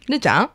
ルーちゃん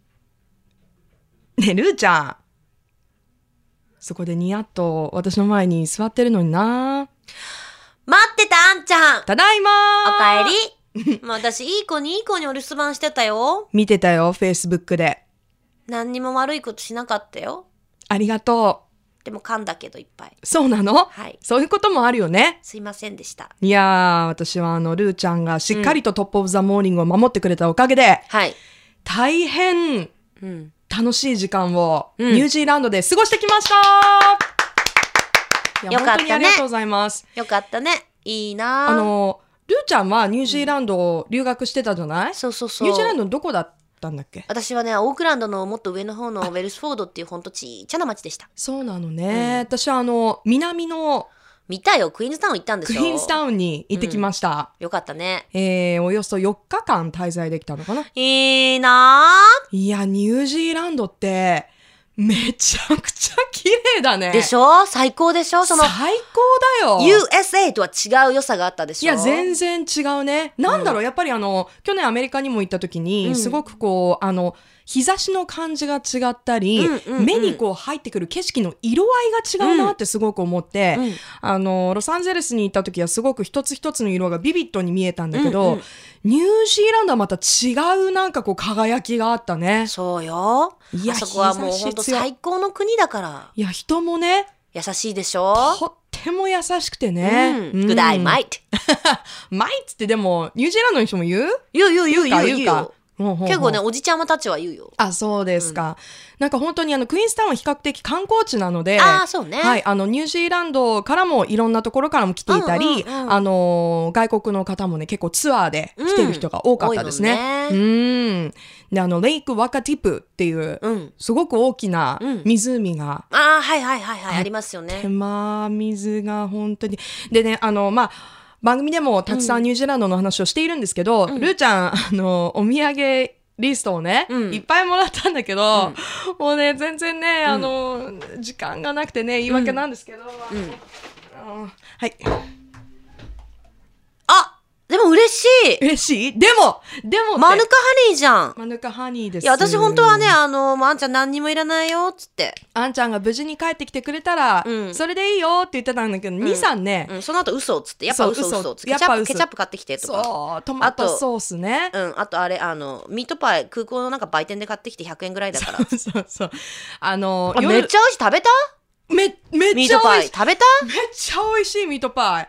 ねえ、ルーちゃん。そこでニヤッと私の前に座ってるのにな。 待ってた、あんちゃん。 ただいまおかえり。もう私、いい子にお留守番してたよ。 見てたよ、Facebook で。 何にも悪いことしなかったよ。 ありがとでも噛んだけどいっぱい。 う。そうなの？ はい。 そういうこともあるよね。 すいませんでした。 いやー、私はルーちゃんがしっかりとトップオブザモーニングを守ってくれたおかげで、 はい。 大変楽しい時間をニュージーランドで過ごしてきました。いや、 よかったね。 本当にありがとうございます。 よかったね。いいなルーちゃんはニュージーランド留学してたじゃない？ そうそうそう。 ニュージーランドのどこだったんだっけ？ 私はね、オークランドのもっと上の方のウェルスフォードっていうほんとちっちゃな町でした。 そうなのね。私は南の見たよ、クイーンズタウン行ったんでしょ。 クイーンズタウンに行ってきました。 よかったね。 およそ4日間滞在できたのかな。 いいなぁ。 いや、ニュージーランドってめちゃくちゃ綺麗だね。 でしょ？最高でしょ？ 最高だよ。 USA とは違う良さがあったでしょ？ いや、全然違うね。なんだろう、やっぱり去年アメリカにも行った時に、すごくこう、日差しの感じが違ったり、目にこう入ってくる景色の色合いが違うなってすごく思って、ロサンゼルスに行った時はすごく一つ一つの色がビビッドに見えたんだけど、ニュージーランドはまた違うなんかこう輝きがあったね。 そうよ。 いや、 あそこはもう本当最高の国だから。 いや、人もね、 優しいでしょ？ とっても優しくてね。 Good day, mate. マイツってでも、ニュージーランドの人も言う？ 言う。結構ね、おじちゃまたちは言うよ。 あ、そうですか。なんか本当にクイーンズタウンは比較的観光地なので、 そうね。 はい、ニュージーランドからもいろんなところからも来ていたり、外国の方もね、結構ツアーで来てる人が多かったですね。で、レイクワカティプっていう、すごく大きな湖が。 はい、ありますよね。 水が本当に。でね、番組でもたくさんニュージーランドの話をしているんですけど、ルーちゃん、お土産リストをね、いっぱいもらったんだけど、もうね、全然ね、時間がなくてね、言い訳なんですけど、はい。 でも嬉しい。 嬉しい？でもマヌカハニーじゃん。 マヌカハニーです。 いや、私本当はね、あんちゃん何にもいらないよ、つって。 あんちゃんが無事に帰ってきてくれたら、それでいいよって言ってたんだけど、2、3ね。 その後嘘つって、やっぱ嘘つって。ケチャップ買ってきてとか。 そう、トマトソースね。 あとあれ、ミートパイ、空港のなんか売店で買ってきて100円ぐらいだから。 そう。 めっちゃ美味しい。食べた？ めっちゃ美味しい。 ミートパイ食べた？ めっちゃ美味しいミートパイ。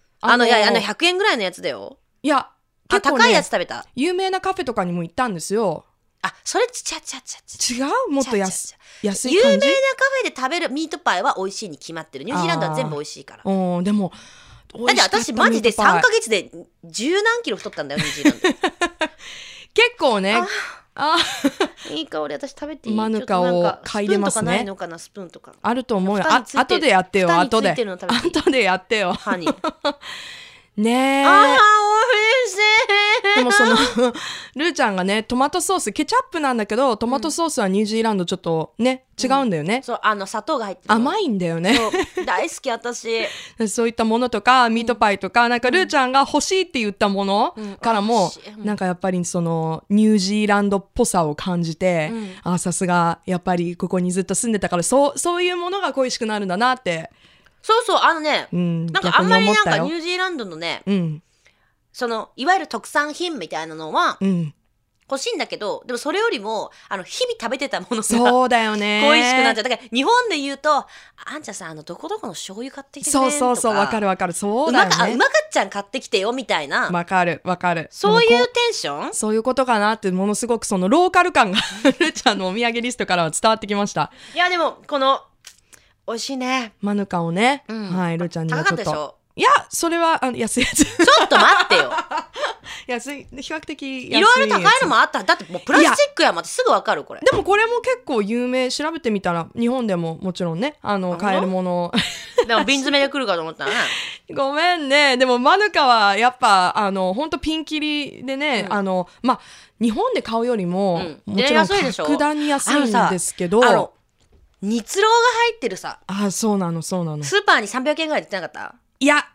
100円ぐらいのやつだよ。 いや、結構ね、 高いやつ食べた。 有名なカフェとかにも行ったんですよ。 それ違う？もっと安い感じ？ 有名なカフェで食べるミートパイは美味しいに決まってる。ニュージーランドは全部美味しいから。 でも、 だって私マジで3ヶ月で10何キロ太ったんだよ、ニュージーランド。 結構ね。 いい香り。私食べていい？ マヌカを嗅いでますね。 スプーンとかないのかな？スプーンとかあると思うよ。後でやってよ。後でやってよ。 歯にねえ。 美味しい。 でもルーちゃんがね、トマトソース、ケチャップなんだけど、トマトソースはニュージーランドちょっとね、違うんだよね。 そう、砂糖が入ってる。 甘いんだよね。 そう、大好き、私。 そういったものとか、ミートパイとか、なんかルーちゃんが欲しいって言ったものからも、なんかやっぱりニュージーランドっぽさを感じて、さすが、やっぱりここにずっと住んでたから、そういうものが恋しくなるんだなって。 そう、なんかあんまりなんかニュージーランドのね、いわゆる特産品みたいなのは欲しいんだけど、でもそれよりも日々食べてたものがそうだよね、 恋しくなっちゃう。だから日本で言うと、あんちゃんさ、どこどこの醤油買ってきてくれんとか、 そう、わかる。そうだよね。 うまかっちゃん買ってきてよみたいな。 わかる。 そういうテンション？ そういうことかなって、ものすごくローカル感がルーちゃんのお土産リストからは伝わってきました。 いや、でも美味しいね。 マヌカをね、はい、ルーちゃんにはちょっと。 高かったでしょ？ いや、それは安いやつ。 ちょっと待ってよ。 安い、比較的安い。 いろいろ高いのもあった。だってもうプラスチックやもんってすぐわかる、これ。 でもこれも結構有名。調べてみたら、日本でももちろんね、買えるもの。 でも瓶詰めで来るかと思ったらね。 ごめんね。でもマヌカはやっぱ、ほんとピンキリでね、日本で買うよりも、もちろん格段に安いんですけど、 蜜蝋が入ってるさ。 そうなの。 スーパーに300円ぐらいで売ってなかった？ いや、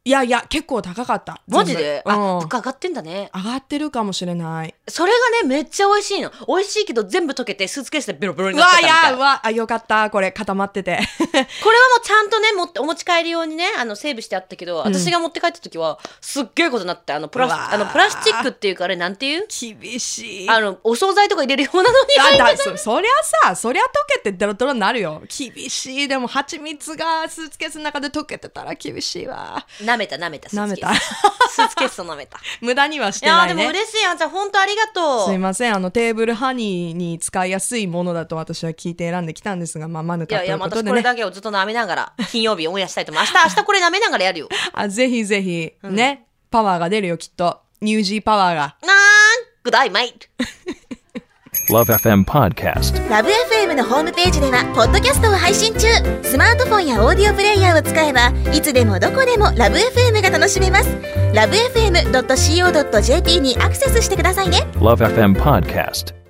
いやいや、結構高かった。 マジで？物価上がってんだね。 上がってるかもしれない。 それがね、めっちゃ美味しいの。美味しいけど全部溶けてスーツケースでベロベロになってたみたい。 よかった。これ固まってて。 これはもうちゃんとね、お持ち帰り用にね、セーブしてあったけど、私が持って帰った時は、すっげえことになって、プラスチックっていうか、あれ、なんていう？ 厳しい。 お惣菜とか入れるようなのに入ってた。 そりゃ溶けてデロデロになるよ。厳しい。でも、蜂蜜がスーツケースの中で溶けてたら厳しいわ。 舐めた。スーツケースを舐めた。 無駄にはしてないね。 いやでも嬉しい。あんちゃん本当ありがとう。 すいません。テーブルハニーに使いやすいものだと私は聞いて選んできたんですが、マヌカということでね。 私これだけをずっと舐めながら金曜日オンエアしたいと思います。明日これ舐めながらやるよ。 ぜひぜひ、ね、パワーが出るよきっと。ニュージーパワーが。 Good day, mate. LoveFM Podcast。LoveFM のホームページではポッドキャストを配信中。スマートフォンやオーディオプレイヤーを使えばいつでもどこでも LoveFM が楽しめます。LoveFM.co.jp にアクセスしてくださいね。LoveFM Podcast。